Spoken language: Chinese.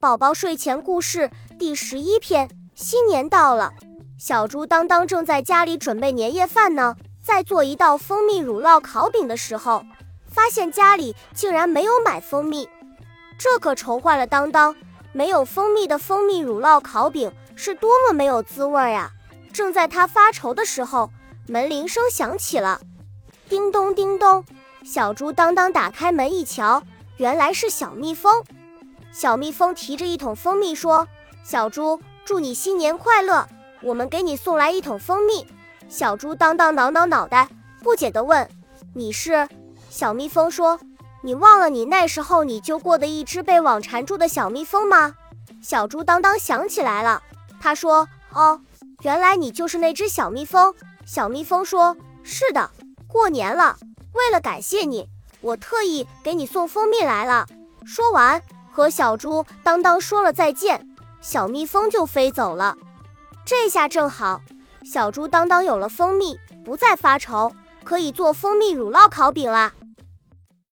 宝宝睡前故事第11篇，新年到了，小猪当当正在家里准备年夜饭呢，在做一道蜂蜜乳酪烤饼的时候，发现家里竟然没有买蜂蜜，这可愁坏了当当。没有蜂蜜的蜂蜜乳酪烤饼是多么没有滋味啊！正在他发愁的时候，门铃声响起了，叮咚叮咚。小猪当当打开门一瞧，原来是小蜜蜂。小蜜蜂提着一桶蜂蜜说：小猪，祝你新年快乐，我们给你送来一桶蜂蜜。小猪当当挠挠脑袋，不解地问：你是？小蜜蜂说：你忘了你那时候你救过的一只被网缠住的小蜜蜂吗？小猪当当想起来了，他说：哦，原来你就是那只小蜜蜂。小蜜蜂说：是的，过年了，为了感谢你，我特意给你送蜂蜜来了。说完，和小猪当当说了再见，小蜜蜂就飞走了。这下正好，小猪当当有了蜂蜜，不再发愁，可以做蜂蜜乳酪烤饼啦。